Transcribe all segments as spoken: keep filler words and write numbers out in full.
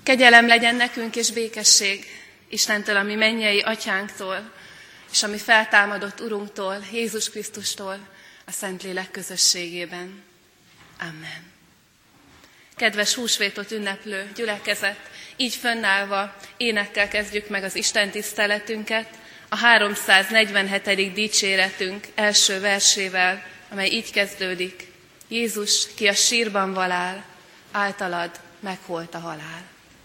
Kegyelem legyen nekünk és békesség Istentől, ami mennyei atyánktól, és ami feltámadott Urunktól, Jézus Krisztustól, a Szentlélek közösségében. Amen. Kedves húsvétot ünneplő gyülekezet, így fönnállva énekkel kezdjük meg az Isten tiszteletünket, a háromszáznegyvenhetedik dicséretünk első versével, amely így kezdődik. Jézus, ki a sírban valál, általad megholt a halál.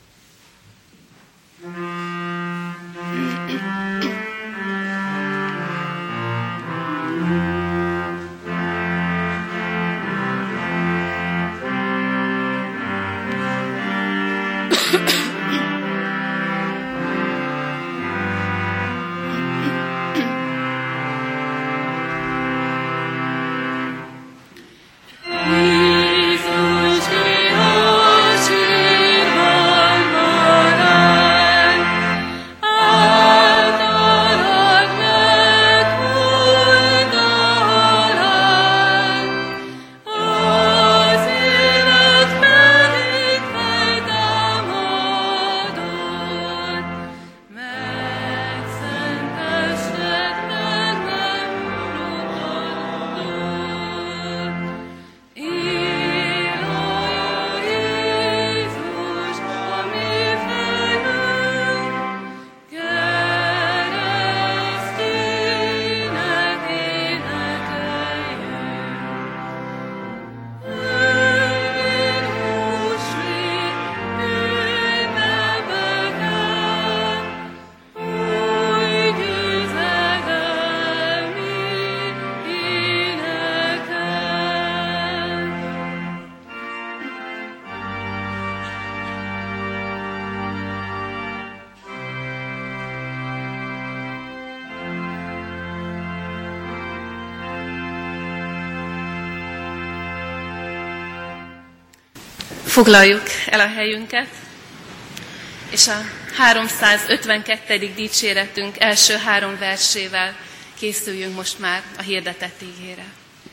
Foglaljuk el a helyünket, és a háromszázötvenkettedik dicséretünk első három versével készüljünk most már a hirdetett ígére.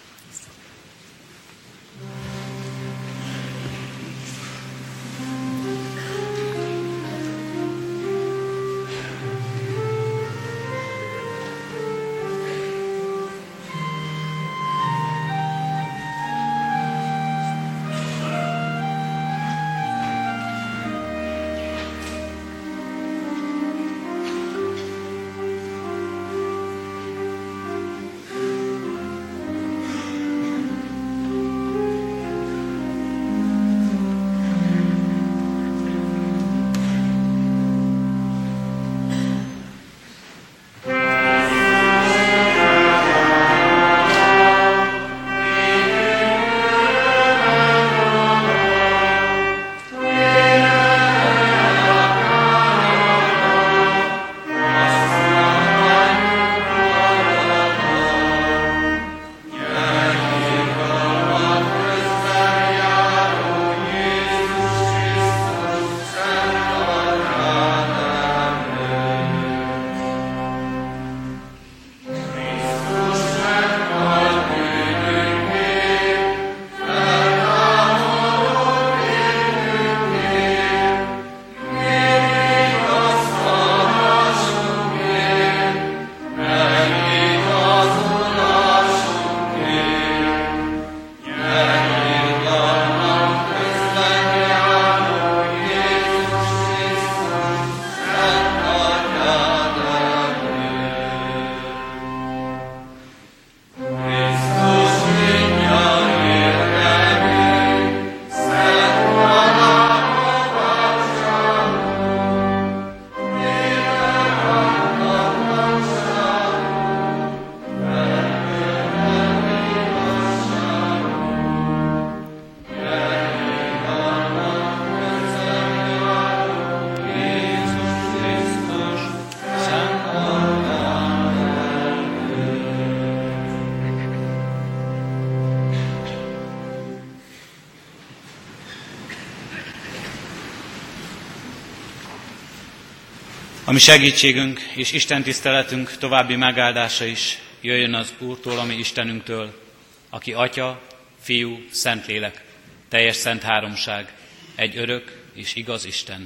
A mi segítségünk és Isten tiszteletünk további megáldása is jöjjön az Úrtól, a mi Istenünktől, aki Atya, Fiú, Szentlélek, teljes szent háromság, egy örök és igaz Isten.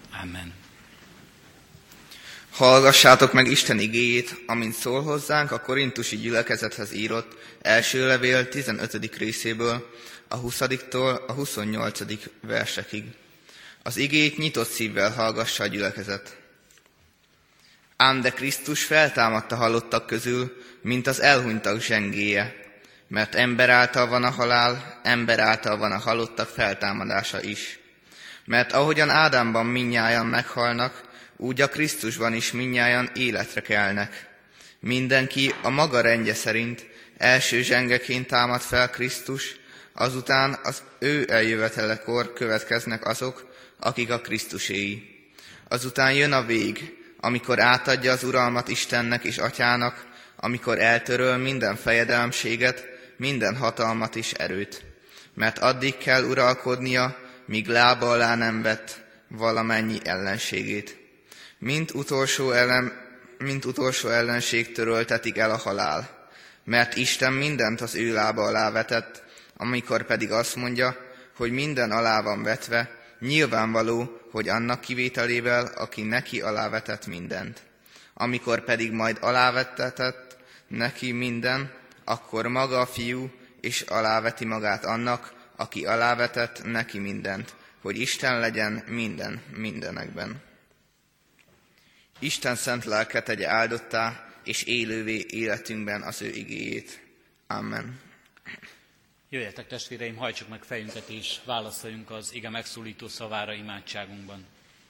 Amen. Hallgassátok meg Isten igéjét, amint szól hozzánk a korintusi gyülekezethez írott első levél tizenötödik részéből, a huszadiktól a huszonnyolcadik versekig. Az igét nyitott szívvel hallgassa a gyülekezet. Ám de Krisztus feltámadt a halottak közül, mint az elhunytak zsengéje, mert ember által van a halál, ember által van a halottak feltámadása is. Mert ahogyan Ádámban mindnyájan meghalnak, úgy a Krisztusban is mindnyájan életre kelnek. Mindenki a maga rendje szerint első zsengeként támad fel Krisztus, azután az ő eljövetelekor következnek azok, akik a Krisztuséi. Azután jön a vég, amikor átadja az uralmat Istennek és Atyának, amikor eltöröl minden fejedelemséget, minden hatalmat és erőt. Mert addig kell uralkodnia, míg lába alá nem vett valamennyi ellenségét. Mint utolsó, ellen, mint utolsó ellenség töröltetik el a halál, mert Isten mindent az ő lába alá vetett, amikor pedig azt mondja, hogy minden alá van vetve, nyilvánvaló, hogy annak kivételével, aki neki alávetett mindent. Amikor pedig majd alávettetett neki minden, akkor maga a fiú is aláveti magát annak, aki alávetett neki mindent, hogy Isten legyen minden mindenekben. Isten szent lelke tegye áldottá és élővé életünkben az ő igéjét. Amen. Jöjjetek, testvéreim, hajtsuk meg fejünket és válaszoljunk az ige megszólító szavára imádságunkban.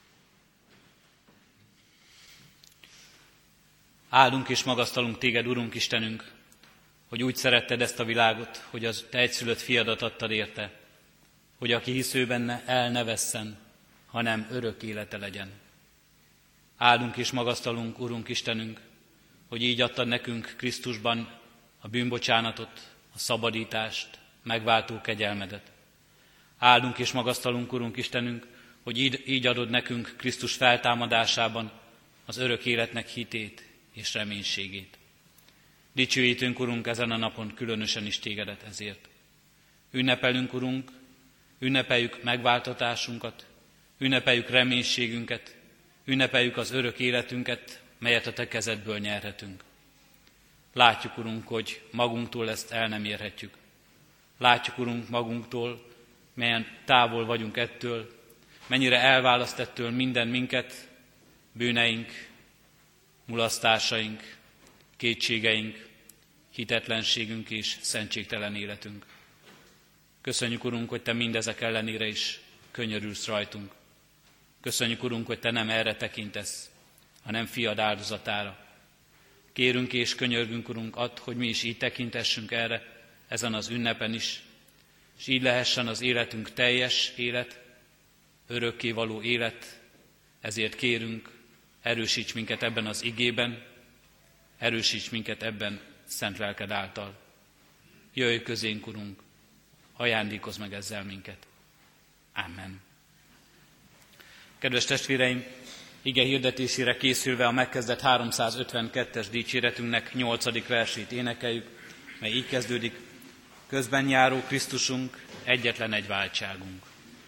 Áldunk és magasztalunk téged, Urunk Istenünk, hogy úgy szeretted ezt a világot, hogy az te egyszülött fiadat adtad érte, hogy aki hisz ő benne, el ne vesszen, hanem örök élete legyen. Áldunk és magasztalunk, Urunk Istenünk, hogy így adtad nekünk Krisztusban a bűnbocsánatot, a szabadítást, megváltó kegyelmedet. Áldunk és magasztalunk, Urunk Istenünk, hogy így, így adod nekünk Krisztus feltámadásában az örök életnek hitét és reménységét. Dicsőítünk, Urunk, ezen a napon különösen is tégedet ezért. Ünnepelünk, Urunk, ünnepeljük megváltatásunkat, ünnepeljük reménységünket, ünnepeljük az örök életünket, melyet a te kezedből nyerhetünk. Látjuk, Urunk, hogy magunktól ezt el nem érhetjük. Látjuk, Urunk, magunktól, melyen távol vagyunk ettől, mennyire elválaszt ettől minden minket, bűneink, mulasztásaink, kétségeink, hitetlenségünk és szentségtelen életünk. Köszönjük, Urunk, hogy te mindezek ellenére is könyörülsz rajtunk. Köszönjük, Urunk, hogy te nem erre tekintesz, hanem fiad áldozatára. Kérünk és könyörgünk, Urunk, add, hogy mi is így tekintessünk erre, ezen az ünnepen is, és így lehessen az életünk teljes élet, örökkévaló élet, ezért kérünk, erősíts minket ebben az igében, erősíts minket ebben szent lelked által. Jöjj közénk, Urunk, ajándékozz meg ezzel minket. Amen. Kedves testvéreim, ige hirdetésére készülve a megkezdett háromszázötvenkettes dicséretünknek nyolcadik versét énekeljük, mely így kezdődik: közben járó Krisztusunk, egyetlen egy váltságunk.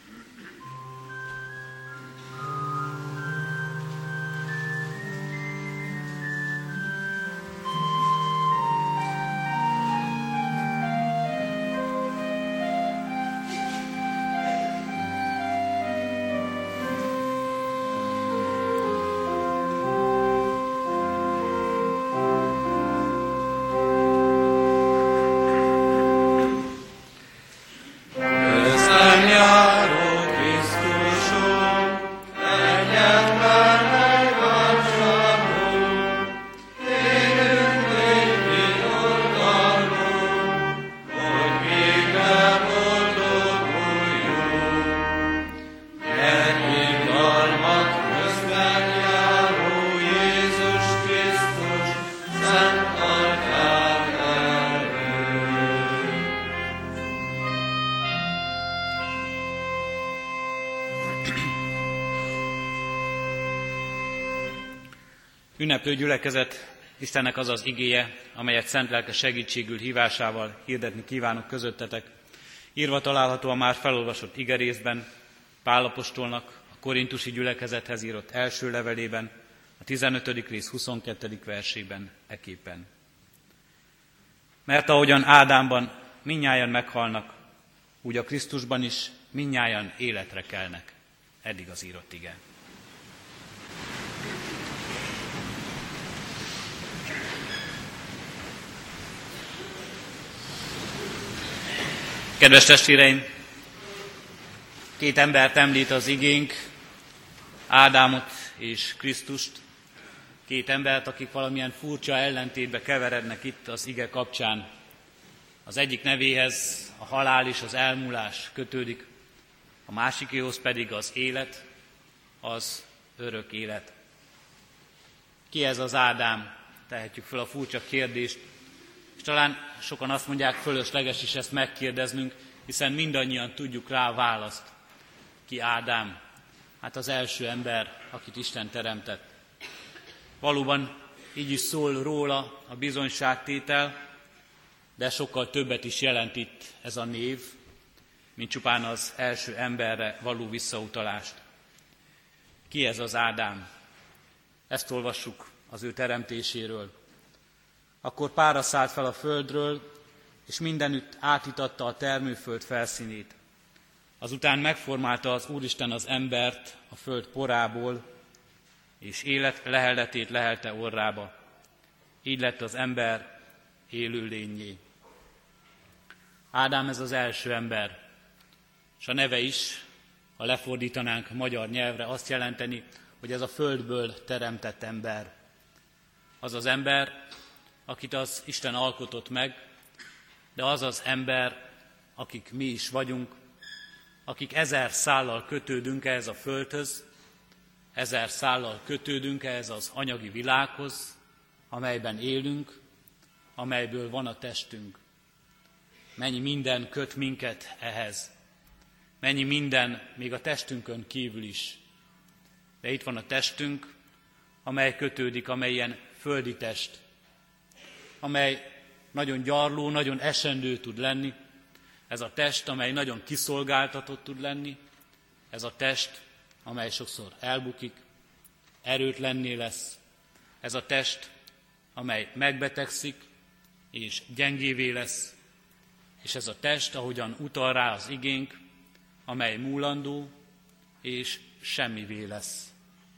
Ünneplő gyülekezet, Istennek az az igéje, amelyet szent lelke segítségül hívásával hirdetni kívánok közöttetek. Írva található a már felolvasott igerészben, Pál apostolnak a korintusi gyülekezethez írott első levelében, a tizenötödik rész huszonkettedik versében eképpen. Mert ahogyan Ádámban mindnyájan meghalnak, úgy a Krisztusban is mindnyájan életre kelnek. Eddig az írott ige. Kedves testvéreim, két embert említ az igénk, Ádámot és Krisztust, két embert, akik valamilyen furcsa ellentétbe keverednek itt az ige kapcsán. Az egyik nevéhez a halál és az elmúlás kötődik, a másikéhoz pedig az élet, az örök élet. Ki ez az Ádám? Tehetjük fel a furcsa kérdést, és talán sokan azt mondják, fölösleges is ezt megkérdeznünk, hiszen mindannyian tudjuk rá a választ. Ki Ádám? Hát az első ember, akit Isten teremtett. Valóban így is szól róla a bizonyságtétel, de sokkal többet is jelent itt ez a név, mint csupán az első emberre való visszautalást. Ki ez az Ádám? Ezt olvassuk az ő teremtéséről. Akkor pára szállt fel a földről, és mindenütt átitatta a termőföld felszínét. Azután megformálta az Úristen az embert a föld porából, és élet leheletét lehelte orrába. Így lett az ember élő lényé. Ádám ez az első ember, és a neve is, ha lefordítanánk magyar nyelvre, azt jelenteni, hogy ez a földből teremtett ember. Az az ember, akit az Isten alkotott meg, de az az ember, akik mi is vagyunk, akik ezer szállal kötődünk ehhez a földhöz, ezer szállal kötődünk ehhez az anyagi világhoz, amelyben élünk, amelyből van a testünk. Mennyi minden köt minket ehhez. Mennyi minden még a testünkön kívül is. De itt van a testünk, amely kötődik, amely ilyen földi test, amely nagyon gyarló, nagyon esendő tud lenni. Ez a test, amely nagyon kiszolgáltatott tud lenni. Ez a test, amely sokszor elbukik, erőtlenné lesz. Ez a test, amely megbetegszik és gyengévé lesz. És ez a test, ahogyan utal rá az igénk, amely múlandó és semmivé lesz.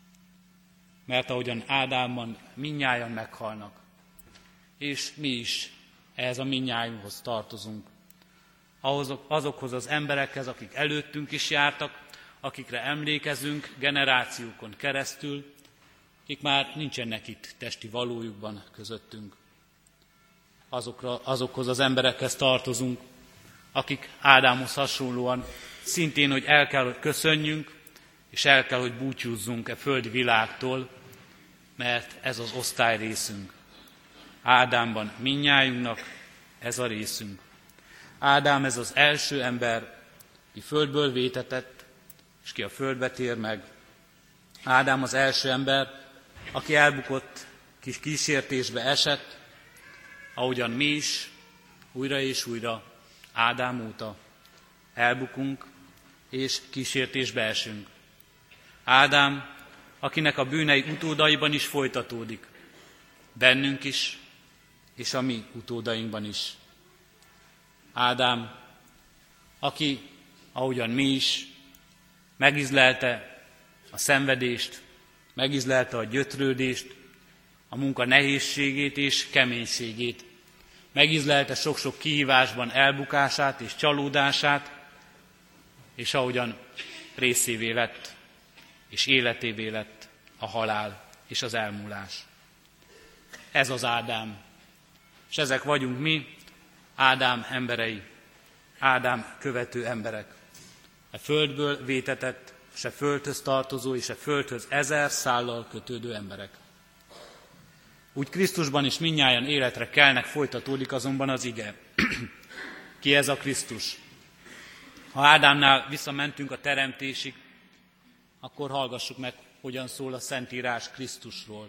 Mert ahogyan Ádámban mindnyájan meghalnak, és mi is ehhez a mindnyájunkhoz tartozunk. Ahhoz, azokhoz az emberekhez, akik előttünk is jártak, akikre emlékezünk generációkon keresztül, akik már nincsenek itt testi valójukban közöttünk. Azokra, azokhoz az emberekhez tartozunk, akik Ádámhoz hasonlóan szintén, hogy el kell, hogy köszönjünk, és el kell, hogy búcsúzzunk e földi világtól, mert ez az osztály részünk. Ádámban mindnyájunknak ez a részünk. Ádám ez az első ember, ki földből vétetett, és ki a földbe tér meg. Ádám az első ember, aki elbukott, kis kísértésbe esett, ahogyan mi is újra és újra Ádám óta elbukunk, és kísértésbe esünk. Ádám, akinek a bűnei utódaiban is folytatódik, bennünk is, és a mi utódainkban is. Ádám, aki, ahogyan mi is, megizlelte a szenvedést, megizlelte a gyötrődést, a munka nehézségét és keménységét, megizlelte sok-sok kihívásban elbukását és csalódását, és ahogyan részévé lett, és életévé lett a halál és az elmúlás. Ez az Ádám, és ezek vagyunk mi, Ádám emberei, Ádám követő emberek. E földből vétetett, se földhöz tartozó, és e földhöz ezer szállal kötődő emberek. Úgy Krisztusban is mindnyájan életre kelnek, folytatódik azonban az ige. Ki ez a Krisztus? Ha Ádámnál visszamentünk a teremtésig, akkor hallgassuk meg, hogyan szól a Szentírás Krisztusról.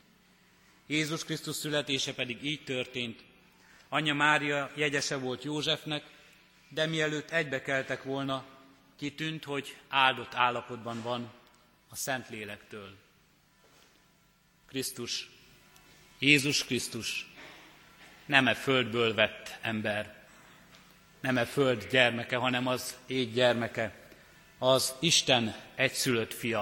Jézus Krisztus születése pedig így történt. Anyja Mária jegyese volt Józsefnek, de mielőtt egybekeltek volna, kitűnt, hogy áldott állapotban van a Szentlélektől. Krisztus, Jézus Krisztus nem e földből vett ember, nem e föld gyermeke, hanem az ég gyermeke, az Isten egyszülött fia,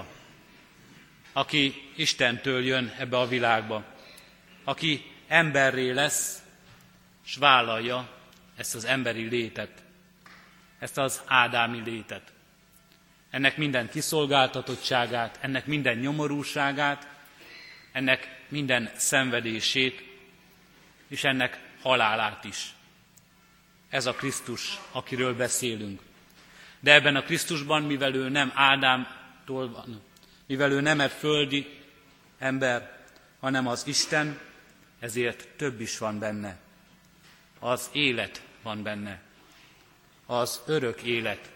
aki Istentől jön ebbe a világba, aki emberré lesz, s vállalja ezt az emberi létet, ezt az ádámi létet. Ennek minden kiszolgáltatottságát, ennek minden nyomorúságát, ennek minden szenvedését, és ennek halálát is. Ez a Krisztus, akiről beszélünk. De ebben a Krisztusban, mivel ő nem Ádámtól van, mivel ő nem egy földi ember, hanem az Isten, ezért több is van benne. Az élet van benne. Az örök élet.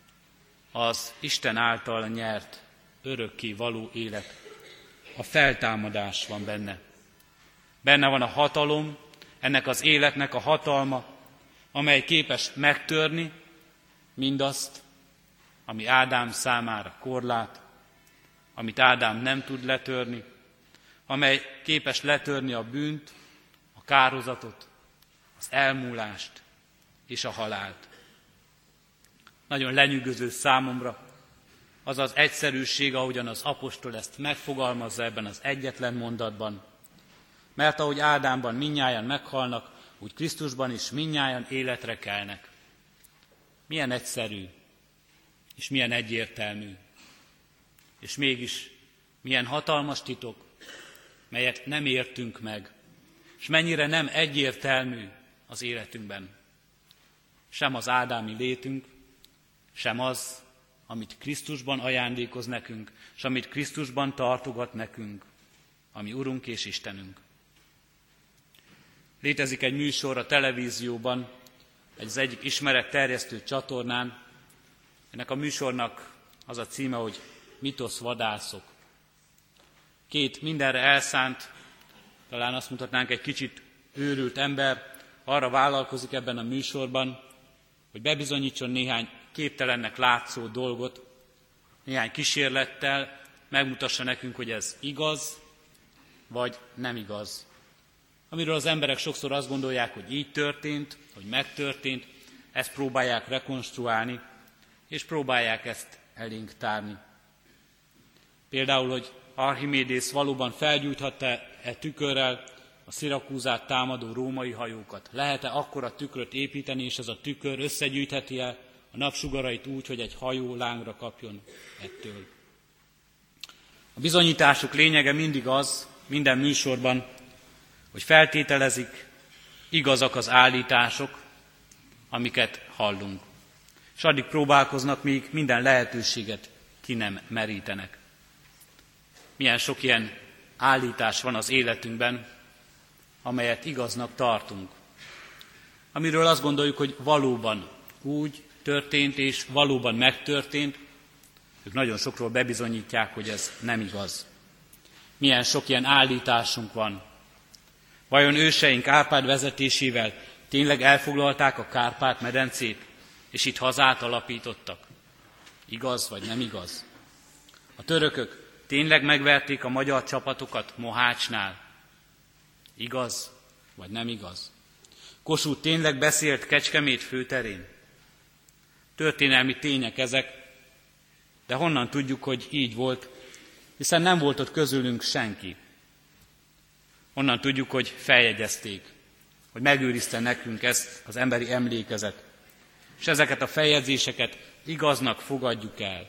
Az Isten által nyert örökké való élet. A feltámadás van benne. Benne van a hatalom, ennek az életnek a hatalma, amely képes megtörni mindazt, ami Ádám számára korlát, amit Ádám nem tud letörni, amely képes letörni a bűnt, a kározatot, az elmúlást és a halált. Nagyon lenyűgöző számomra az az egyszerűség, ahogyan az apostol ezt megfogalmazza ebben az egyetlen mondatban. Mert ahogy Ádámban mindnyájan meghalnak, úgy Krisztusban is mindnyájan életre kelnek. Milyen egyszerű, és milyen egyértelmű, és mégis milyen hatalmas titok, melyet nem értünk meg, és mennyire nem egyértelmű az életünkben. Sem az ádámi létünk, sem az, amit Krisztusban ajándékoz nekünk, és amit Krisztusban tartogat nekünk, ami Urunk és Istenünk. Létezik egy műsor a televízióban, az egyik ismeretterjesztő csatornán. Ennek a műsornak az a címe, hogy Mitoszvadászok. Két mindenre elszánt, talán azt mutatnánk egy kicsit őrült ember arra vállalkozik ebben a műsorban, hogy bebizonyítson néhány képtelennek látszó dolgot, néhány kísérlettel megmutassa nekünk, hogy ez igaz, vagy nem igaz. Amiről az emberek sokszor azt gondolják, hogy így történt, hogy megtörtént, ezt próbálják rekonstruálni, és próbálják ezt elénk tárni. Például, hogy Archimédész valóban felgyújthatta-e tükörrel a Szirakúzát támadó római hajókat? Lehet-e akkora tükröt építeni, és ez a tükör összegyűjtheti-e a napsugarait úgy, hogy egy hajó lángra kapjon ettől? A bizonyításuk lényege mindig az, minden műsorban, hogy feltételezik, igazak az állítások, amiket hallunk. És addig próbálkoznak, míg minden lehetőséget ki nem merítenek. Milyen sok ilyen állítás van az életünkben, amelyet igaznak tartunk. Amiről azt gondoljuk, hogy valóban úgy történt, és valóban megtörtént, ők nagyon sokról bebizonyítják, hogy ez nem igaz. Milyen sok ilyen állításunk van. Vajon őseink Árpád vezetésével tényleg elfoglalták a Kárpát-medencét, és itt hazát alapítottak? Igaz vagy nem igaz? A törökök tényleg megverték a magyar csapatokat Mohácsnál? Igaz vagy nem igaz? Kossuth tényleg beszélt Kecskemét főterén? Történelmi tények ezek, de honnan tudjuk, hogy így volt, hiszen nem volt ott közülünk senki. Honnan tudjuk, hogy feljegyezték, hogy megőrizte nekünk ezt az emberi emlékezet, és ezeket a feljegyzéseket igaznak fogadjuk el.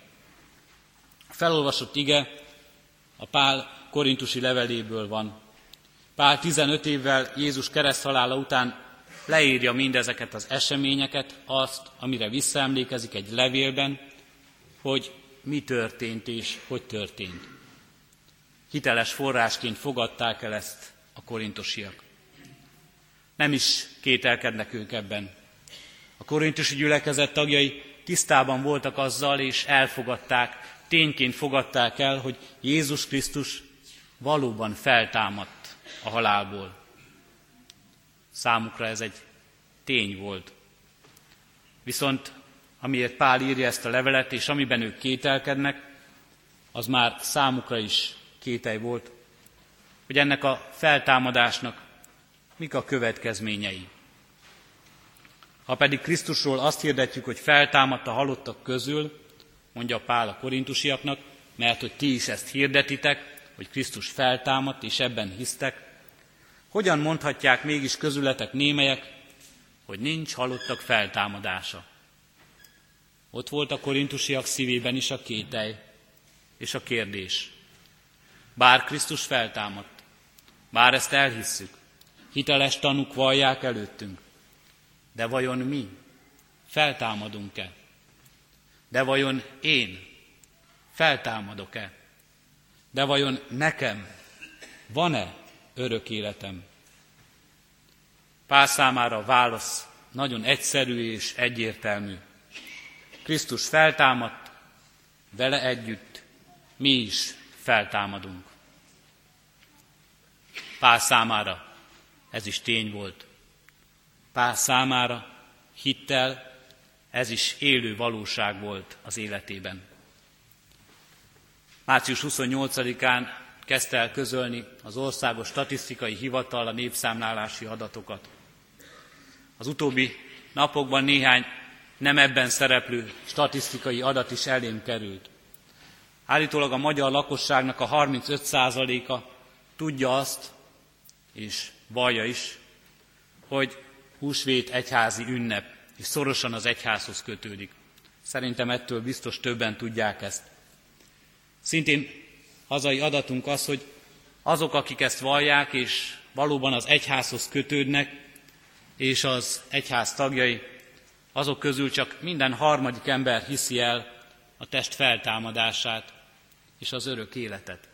A felolvasott ige a Pál korintusi leveléből van. Pál tizenöt évvel Jézus kereszthalála után leírja mindezeket az eseményeket, azt, amire visszaemlékezik egy levélben, hogy mi történt és hogy történt. Hiteles forrásként fogadták el ezt a korintosiak. Nem is kételkednek ők ebben. A korintusi gyülekezet tagjai tisztában voltak azzal, és elfogadták, tényként fogadták el, hogy Jézus Krisztus valóban feltámadt a halálból. Számukra ez egy tény volt. Viszont amiért Pál írja ezt a levelet, és amiben ők kételkednek, az már számukra is kételj volt, hogy ennek a feltámadásnak mik a következményei. Ha pedig Krisztusról azt hirdetjük, hogy feltámadt a halottak közül, mondja Pál a korintusiaknak, mert hogy ti is ezt hirdetitek, hogy Krisztus feltámadt, és ebben hisztek, hogyan mondhatják mégis közületek némelyek, hogy nincs halottak feltámadása? Ott volt a korintusiak szívében is a kételj és a kérdés. Bár Krisztus feltámadt, bár ezt elhisszük, hiteles tanúk vallják előttünk, de vajon mi feltámadunk-e? De vajon én feltámadok-e? De vajon nekem van-e örök életem? Pál számára a válasz nagyon egyszerű és egyértelmű. Krisztus feltámadt, vele együtt mi is feltámadunk. Pál számára ez is tény volt. Pál számára hittel ez is élő valóság volt az életében. március huszonnyolcadikán kezdte el közölni az Országos Statisztikai Hivatal a népszámlálási adatokat. Az utóbbi napokban néhány nem ebben szereplő statisztikai adat is elém került. Állítólag a magyar lakosságnak a harmincöt százaléka tudja azt, és vallja is, hogy húsvét egyházi ünnep, és szorosan az egyházhoz kötődik. Szerintem ettől biztos többen tudják ezt. Szintén hazai adatunk az, hogy azok, akik ezt vallják, és valóban az egyházhoz kötődnek, és az egyház tagjai, azok közül csak minden harmadik ember hiszi el a test feltámadását és az örök életet.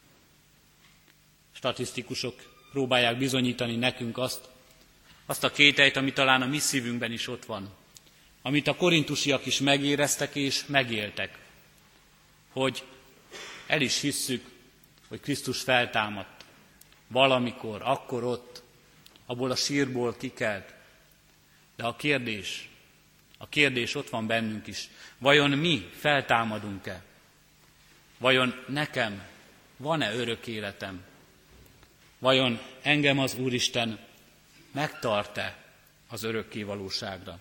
Statisztikusok próbálják bizonyítani nekünk azt, azt a kételyt, ami talán a mi szívünkben is ott van, amit a korintusiak is megéreztek és megéltek, hogy el is hisszük, hogy Krisztus feltámadt, valamikor, akkor ott, abból a sírból kikelt. De a kérdés, a kérdés ott van bennünk is. Vajon mi feltámadunk-e? Vajon nekem van-e örök életem? Vajon engem az Úristen megtart-e az örökké valóságra?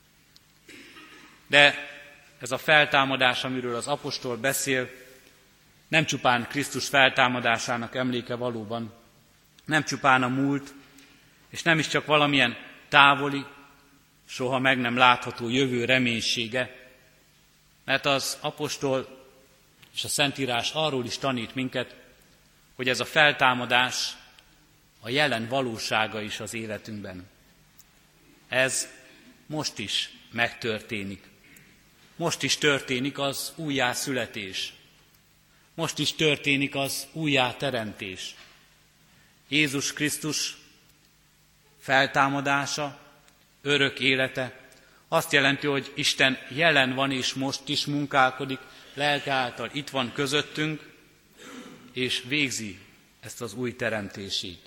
De ez a feltámadás, amiről az apostol beszél, nem csupán Krisztus feltámadásának emléke valóban, nem csupán a múlt, és nem is csak valamilyen távoli, soha meg nem látható jövő reménysége, mert az apostol és a Szentírás arról is tanít minket, hogy ez a feltámadás a jelen valósága is az életünkben. Ez most is megtörténik. Most is történik az újjászületés. Most is történik az újjáteremtés. Jézus Krisztus feltámadása, örök élete azt jelenti, hogy Isten jelen van és most is munkálkodik, lelke által itt van közöttünk, és végzi ezt az új teremtését.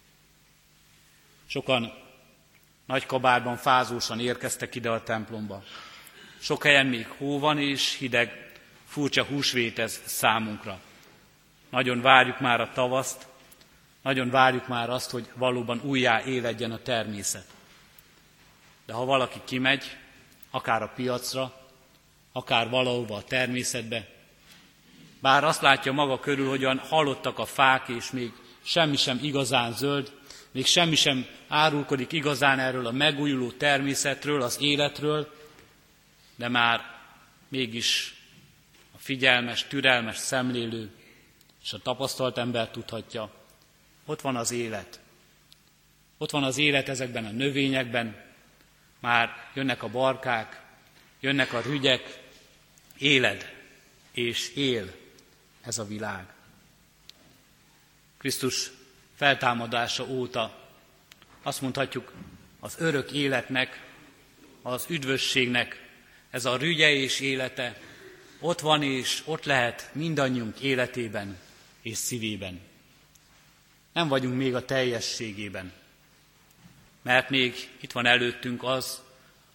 Sokan nagy kabátban fázósan érkeztek ide a templomba. Sok helyen még hó van és hideg, furcsa húsvét ez számunkra. Nagyon várjuk már a tavaszt, nagyon várjuk már azt, hogy valóban újjá éledjen a természet. De ha valaki kimegy, akár a piacra, akár valahova a természetbe, bár azt látja maga körül, hogyan halottak a fák, és még semmi sem igazán zöld, még semmi sem árulkodik igazán erről a megújuló természetről, az életről, de már mégis a figyelmes, türelmes szemlélő és a tapasztalt ember tudhatja, ott van az élet. Ott van az élet ezekben a növényekben, már jönnek a barkák, jönnek a rügyek, éled és él ez a világ. Krisztus feltámadása óta azt mondhatjuk, az örök életnek, az üdvösségnek ez a rügye és élete ott van és ott lehet mindannyiunk életében és szívében. Nem vagyunk még a teljességében, mert még itt van előttünk az,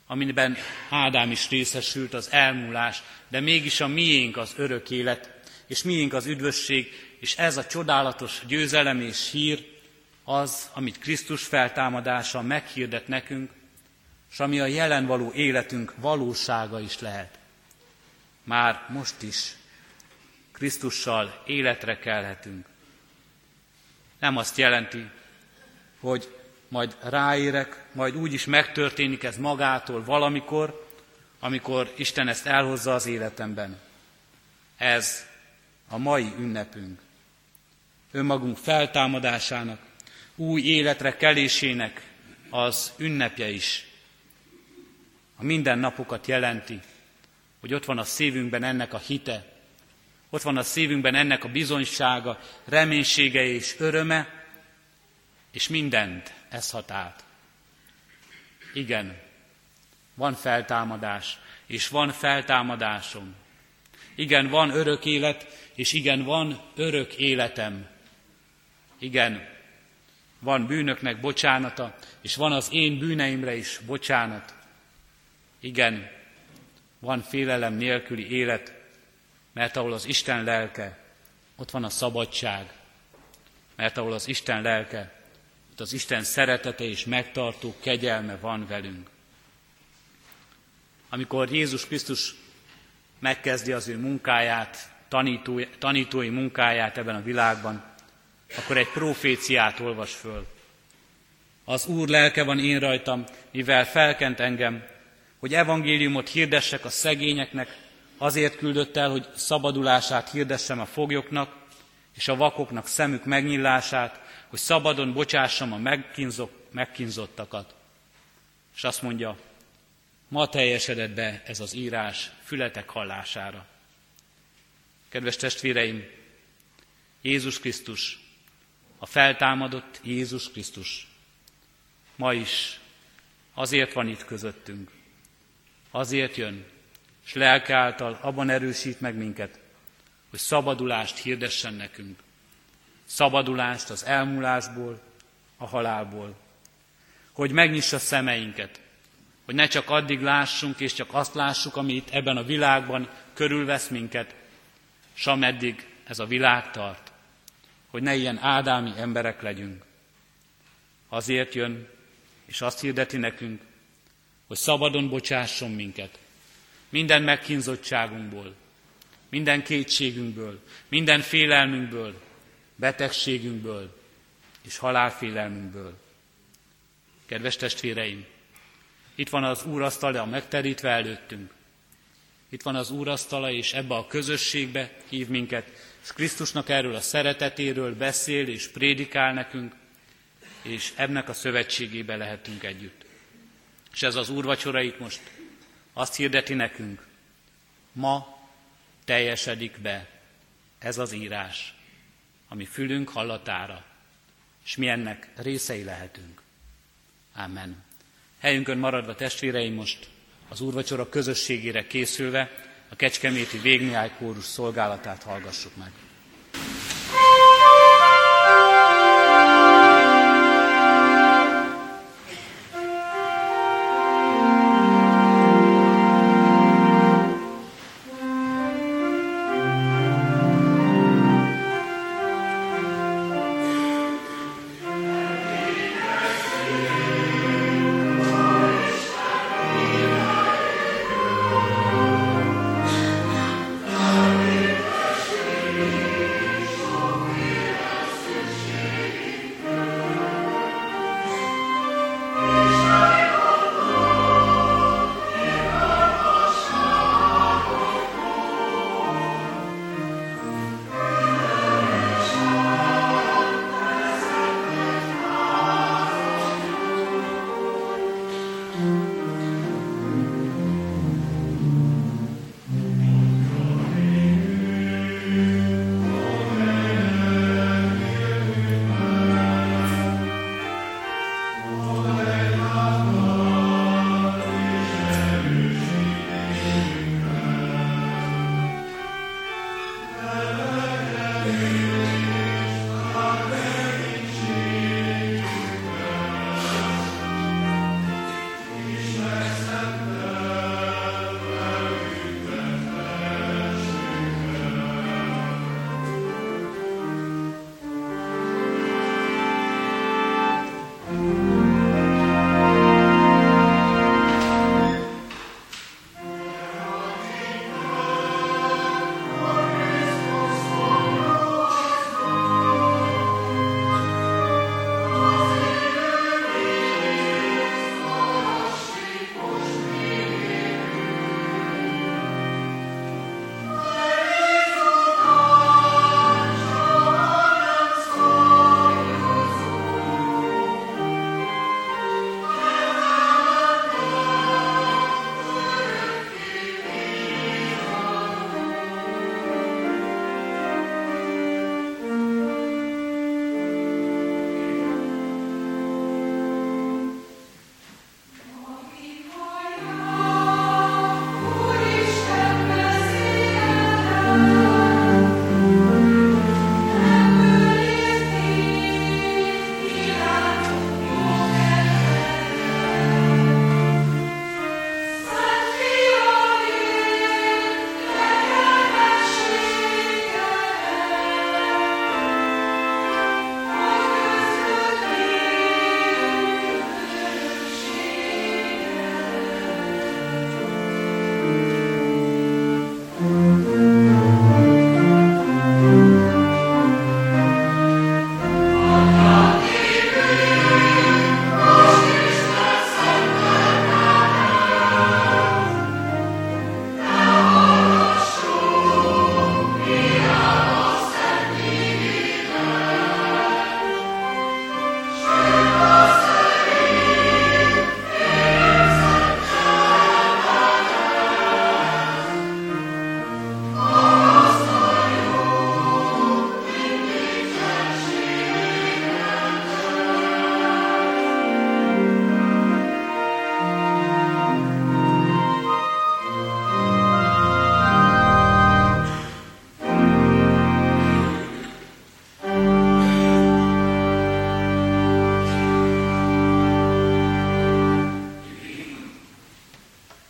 amiben Ádám is részesült, az elmúlás, de mégis a miénk az örök élet, és miénk az üdvösség, és ez a csodálatos győzelem és hír az, amit Krisztus feltámadása meghirdet nekünk, és ami a jelen való életünk valósága is lehet. Már most is Krisztussal életre kelhetünk. Nem azt jelenti, hogy majd ráérek, majd úgy is megtörténik ez magától valamikor, amikor Isten ezt elhozza az életemben. Ez a mai ünnepünk. Önmagunk feltámadásának, új életre kelésének az ünnepje is. A mindennapokat jelenti, hogy ott van a szívünkben ennek a hite, ott van a szívünkben ennek a bizonysága, reménysége és öröme, és mindent ez hat át. Igen, van feltámadás, és van feltámadásom. Igen, van örök élet, és igen, van örök életem. Igen, van bűnöknek bocsánata, és van az én bűneimre is bocsánat. Igen, van félelem nélküli élet, mert ahol az Isten lelke, ott van a szabadság. Mert ahol az Isten lelke, ott az Isten szeretete és megtartó kegyelme van velünk. Amikor Jézus Krisztus megkezdi az ő munkáját, tanítói, tanítói munkáját ebben a világban, akkor egy proféciát olvas föl. Az Úr lelke van én rajtam, mivel felkent engem, hogy evangéliumot hirdessek a szegényeknek, azért küldött el, hogy szabadulását hirdessem a foglyoknak, és a vakoknak szemük megnyillását, hogy szabadon bocsássam a megkínzok, megkínzottakat. És azt mondja, ma teljesedett be ez az írás fületek hallására. Kedves testvéreim, Jézus Krisztus, a feltámadott Jézus Krisztus ma is azért van itt közöttünk, azért jön, és lelke által abban erősít meg minket, hogy szabadulást hirdessen nekünk. Szabadulást az elmúlásból, a halálból. Hogy megnyissa szemeinket, hogy ne csak addig lássunk, és csak azt lássuk, ami itt ebben a világban körülvesz minket, s ameddig ez a világ tart, hogy ne ilyen ádámi emberek legyünk. Azért jön, és azt hirdeti nekünk, hogy szabadon bocsásson minket minden megkínzottságunkból, minden kétségünkből, minden félelmünkből, betegségünkből és halálfélelmünkből. Kedves testvéreim, itt van az Úr asztala megterítve előttünk. Itt van az Úr asztala, és ebbe a közösségbe hív minket, és Krisztusnak erről a szeretetéről beszél és prédikál nekünk, és ennek a szövetségébe lehetünk együtt. És ez az úrvacsora itt most azt hirdeti nekünk, ma teljesedik be ez az írás, ami fülünk hallatára, és mi ennek részei lehetünk. Amen. Helyünkön maradva testvéreim most az úrvacsora közösségére készülve a kecskeméti Végmihály kórus szolgálatát hallgassuk meg. Amen.